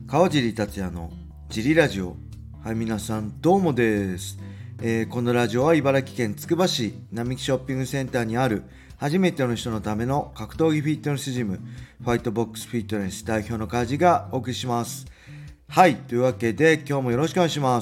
川尻達也のジリラジオ。はい、皆さんどうもです。このラジオは茨城県つくば市並木ショッピングセンターにある初めての人のための格闘技フィットネスジム、ファイトボックスフィットネス代表の川尻がお送りします。はい、というわけで今日もよろしくお願いします。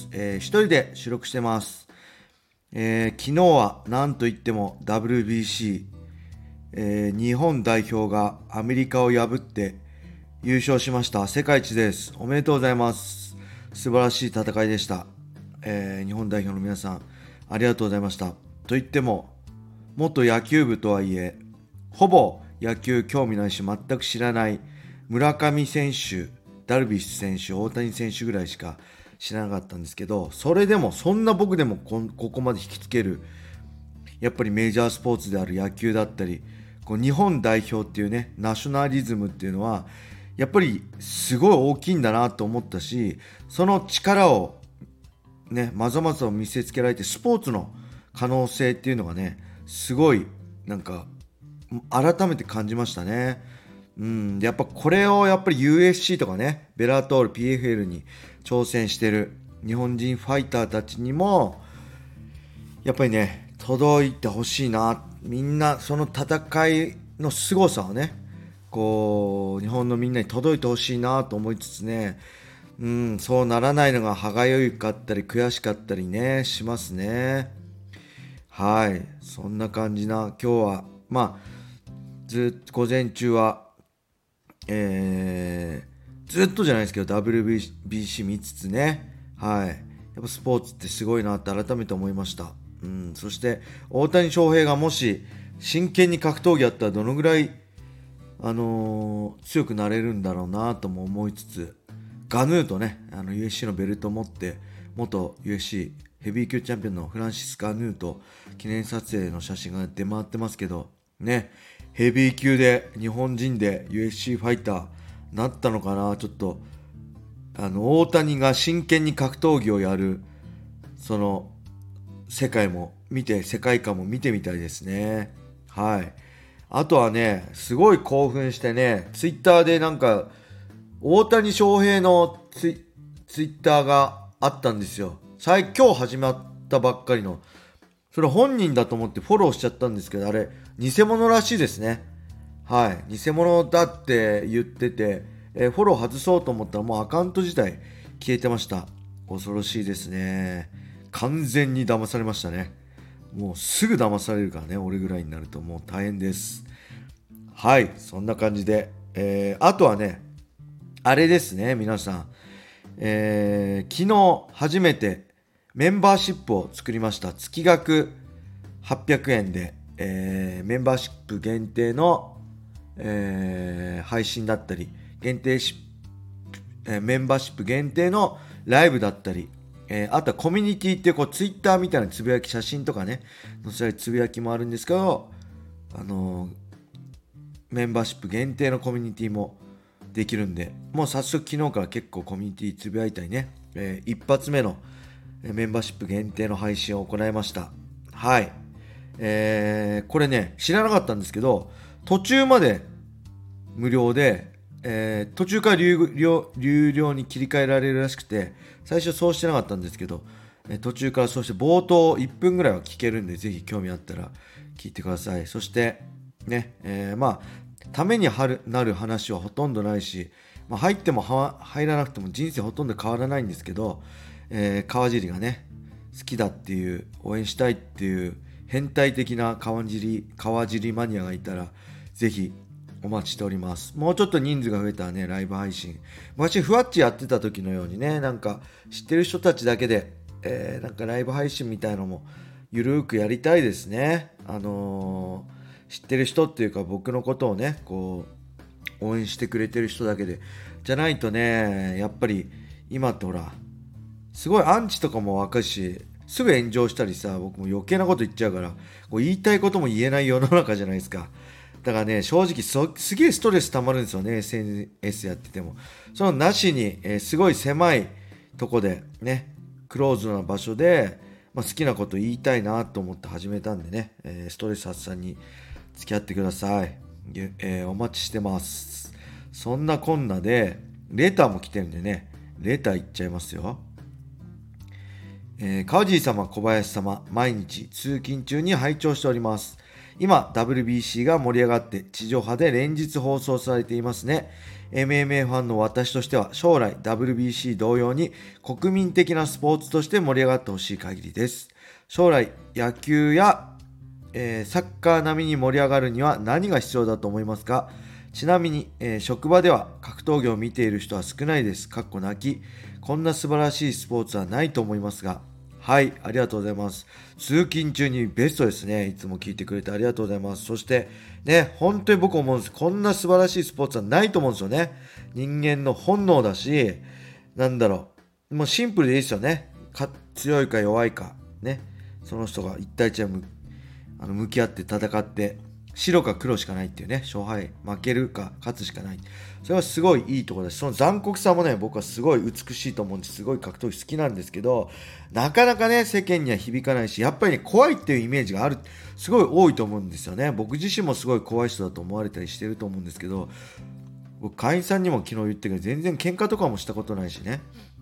一人で収録してます。昨日は何といっても WBC、日本代表がアメリカを破って優勝しました。世界一です。おめでとうございます。素晴らしい戦いでした。日本代表の皆さんありがとうございました。といっても元野球部とはいえほぼ野球興味ないし全く知らない村上選手、ダルビッシュ選手、大谷選手ぐらいしか知らなかったんですけど、それでもそんな僕でもここまで引きつけるやっぱりメジャースポーツである野球だったり、日本代表っていうねナショナリズムっていうのはやっぱりすごい大きいんだなと思ったし、その力をねまざまざ見せつけられて、スポーツの可能性っていうのがねすごいなんか改めて感じましたね。やっぱこれをやっぱり UFC とかねベラトール PFL に挑戦してる日本人ファイターたちにもやっぱりね届いてほしいな。みんなその戦いの凄さをね日本のみんなに届いてほしいなと思いつつね、そうならないのが歯がゆかったり悔しかったりねしますね。はい、そんな感じな今日はずっと午前中はずっとじゃないですけど WBC 見つつね、はい、やっぱスポーツってすごいなって改めて思いました。そして大谷翔平がもし真剣に格闘技やったらどのぐらい強くなれるんだろうなとも思いつつ、ガヌーとねUFC のベルトを持って元 UFC ヘビー級チャンピオンのフランシス・ガヌーと記念撮影の写真が出回ってますけどね、ヘビー級で日本人で UFC ファイターなったのかな。ちょっと大谷が真剣に格闘技をやるその世界観も見てみたいですね。はい。あとはねすごい興奮してね、ツイッターでなんか大谷翔平のツイッターがあったんですよ。今日始まったばっかりの。それ本人だと思ってフォローしちゃったんですけど、あれ偽物らしいですね。はい、偽物だって言ってて、フォロー外そうと思ったらもうアカウント自体消えてました。恐ろしいですね。完全に騙されましたね。もうすぐ騙されるからね、俺ぐらいになるともう大変です。はい、そんな感じで、あとはねあれですね皆さん、昨日初めてメンバーシップを作りました。月額800円で、メンバーシップ限定の、配信だったりメンバーシップ限定のライブだったり、あとはコミュニティっていうツイッターみたいなつぶやき、写真とかね載せられるつぶやきもあるんですけど、メンバーシップ限定のコミュニティもできるんで、もう早速昨日から結構コミュニティつぶやいたりね、一発目のメンバーシップ限定の配信を行いました。はい、これね知らなかったんですけど途中まで無料で、途中から有料に切り替えられるらしくて、最初そうしてなかったんですけど、途中からそうして冒頭1分ぐらいは聞けるんで、ぜひ興味あったら聞いてください。そしてね、ためになる話はほとんどないし、入っても入らなくても人生ほとんど変わらないんですけど、川尻がね好きだっていう、応援したいっていう変態的な川尻マニアがいたらぜひお待ちしております。もうちょっと人数が増えたらねライブ配信、昔ふわっちやってた時のようにね、なんか知ってる人たちだけで、なんかライブ配信みたいのもゆるーくやりたいですね。知ってる人っていうか僕のことをね応援してくれてる人だけでじゃないとね、やっぱり今ってほらすごいアンチとかも若いし、すぐ炎上したりさ、僕も余計なこと言っちゃうから言いたいことも言えない世の中じゃないですか。だからね正直すげえストレス溜まるんですよね、 SNS やってても。そのなしに、すごい狭いとこでねクローズな場所で、好きなこと言いたいなと思って始めたんでね、ストレス発散に付き合ってください。お待ちしてます。そんなこんなでレターも来てるんでね、レターいっちゃいますよ。川尻様、小林様、毎日通勤中に拝聴しております。今、WBC が盛り上がって地上波で連日放送されていますね。MMA ファンの私としては将来 WBC 同様に国民的なスポーツとして盛り上がってほしい限りです。将来野球や、サッカー並みに盛り上がるには何が必要だと思いますか？ちなみに、職場では格闘技を見ている人は少ないです。かっこ泣き。こんな素晴らしいスポーツはないと思いますが。はい、ありがとうございます。通勤中にベストですね。いつも聞いてくれてありがとうございます。そして、ね、本当に僕思うんです。こんな素晴らしいスポーツはないと思うんですよね。人間の本能だし、なんだろう。もうシンプルでいいですよね。強いか弱いか。ね。その人が一対一で向き合って戦って、白か黒しかないっていうね、勝敗、負けるか勝つしかない。それはすごいいいところです。その残酷さもね、僕はすごい美しいと思うんです。すごい格闘技好きなんですけど、なかなかね、世間には響かないし、やっぱりね、怖いっていうイメージがすごい多いと思うんですよね。僕自身もすごい怖い人だと思われたりしてると思うんですけど、僕、会員さんにも昨日言ったけど、全然喧嘩とかもしたことないしね。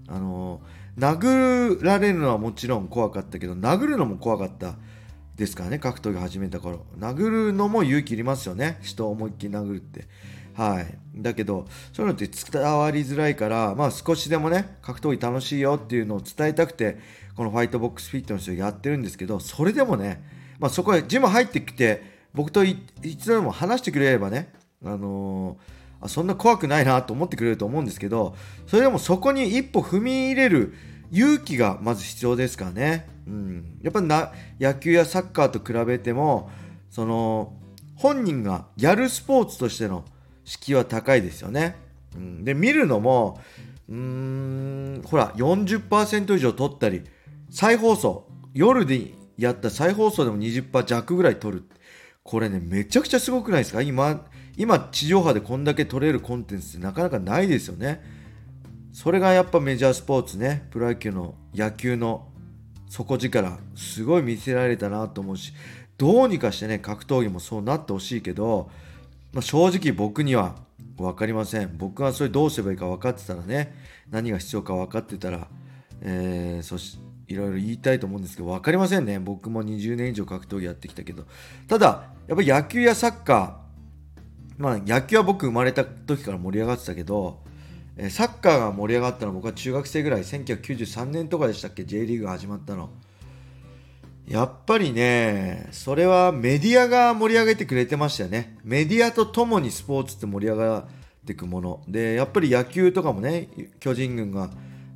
殴られるのはもちろん怖かったけど、殴るのも怖かったですからね、格闘技始めた頃。殴るのも勇気いりますよね。人を思いっきり殴るって。はい。だけど、そういうのって伝わりづらいから、まあ少しでもね、格闘技楽しいよっていうのを伝えたくて、このファイトボックスフィットネスをやってるんですけど、それでもね、まあそこへジム入ってきて、僕といつでも話してくれればね、そんな怖くないなと思ってくれると思うんですけど、それでもそこに一歩踏み入れる勇気がまず必要ですからね。やっぱり野球やサッカーと比べても、本人がやるスポーツとしての敷居は高いですよね。で、見るのも、ほら、40% 以上取ったり、再放送、夜でやった再放送でも 20% 弱ぐらい取る。これね、めちゃくちゃすごくないですか？今、地上波でこんだけ取れるコンテンツってなかなかないですよね。それがやっぱメジャースポーツね、プロ野球の野球の底力、すごい見せられたなと思うし、どうにかしてね、格闘技もそうなってほしいけど、正直僕には分かりません。僕がそれどうすればいいか分かってたらね、何が必要か分かってたら、いろいろ言いたいと思うんですけど、分かりませんね。僕も20年以上格闘技やってきたけど。ただ、やっぱり野球やサッカー、野球は僕生まれた時から盛り上がってたけど、サッカーが盛り上がったのは僕は中学生ぐらい、1993年とかでしたっけ、J リーグが始まったの。やっぱりね、それはメディアが盛り上げてくれてましたよね。メディアとともにスポーツって盛り上がっていくもの。で、やっぱり野球とかもね、巨人軍が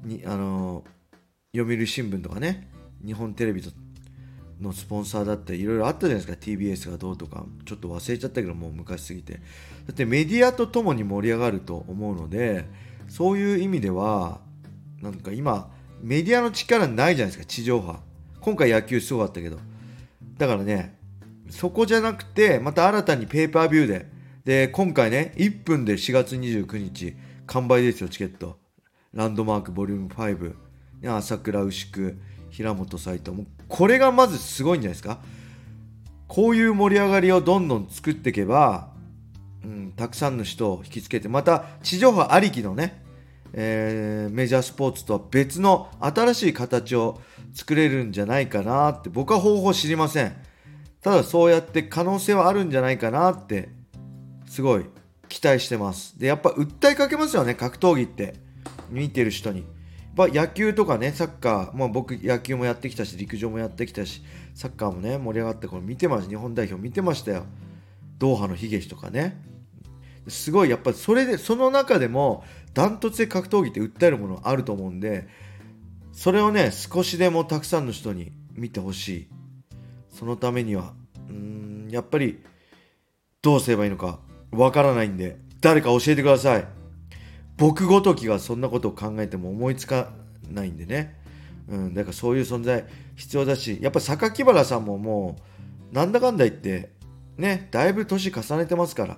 読売新聞とかね、日本テレビのスポンサーだったりいろいろあったじゃないですか。 TBS がどうとかちょっと忘れちゃったけど、もう昔すぎて。だってメディアとともに盛り上がると思うので、そういう意味ではなんか今メディアの力ないじゃないですか、地上波。今回野球すごかったけど、だからね、そこじゃなくてまた新たにペーパービューで今回ね、1分で4月29日完売ですよ、チケット。ランドマークボリューム5、朝倉牛久平本斎藤、もうこれがまずすごいんじゃないですか。こういう盛り上がりをどんどん作っていけば、たくさんの人を引きつけて、また地上波ありきのね、メジャースポーツとは別の新しい形を作れるんじゃないかなって、僕は方法知りません。ただそうやって可能性はあるんじゃないかなってすごい期待してます。で、やっぱ訴えかけますよね、格闘技って見てる人に。野球とかね、サッカー、僕野球もやってきたし、陸上もやってきたし、サッカーもね、盛り上がってこれ見てました。日本代表見てましたよ。ドーハの悲劇とかね。すごい、やっぱりその中でもダントツで格闘技って訴えるものあると思うんで、それをね、少しでもたくさんの人に見てほしい。そのためにはやっぱりどうすればいいのかわからないんで、誰か教えてください。僕ごときがそんなことを考えても思いつかないんでね。だからそういう存在必要だし、やっぱ榊原さんももうなんだかんだ言ってね、だいぶ年重ねてますから、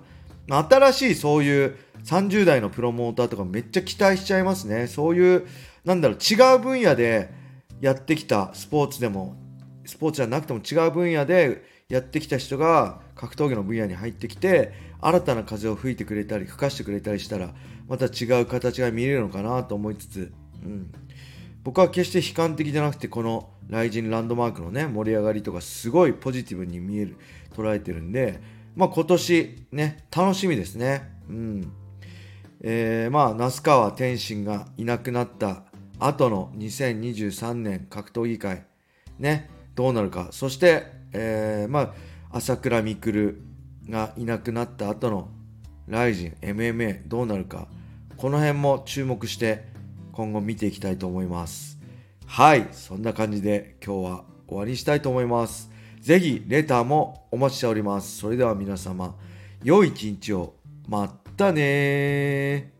新しいそういう30代のプロモーターとかめっちゃ期待しちゃいますね。そういう違う分野でやってきたスポーツじゃなくても違う分野でやってきた人が格闘技の分野に入ってきて、新たな風を吹いてくれたり吹かしてくれたりしたら、また違う形が見れるのかなと思いつつ、僕は決して悲観的じゃなくて、このライジンランドマークのね盛り上がりとかすごいポジティブに見える、捉えてるんで、今年ね楽しみですね。那須川天心がいなくなった後の2023年格闘技界ね、どうなるか。そして、朝倉未来がいなくなった後のライジン MMA どうなるか。この辺も注目して今後見ていきたいと思います。はい、そんな感じで今日は終わりにしたいと思います。ぜひレターもお待ちしております。それでは皆様、良い一日を。またねー。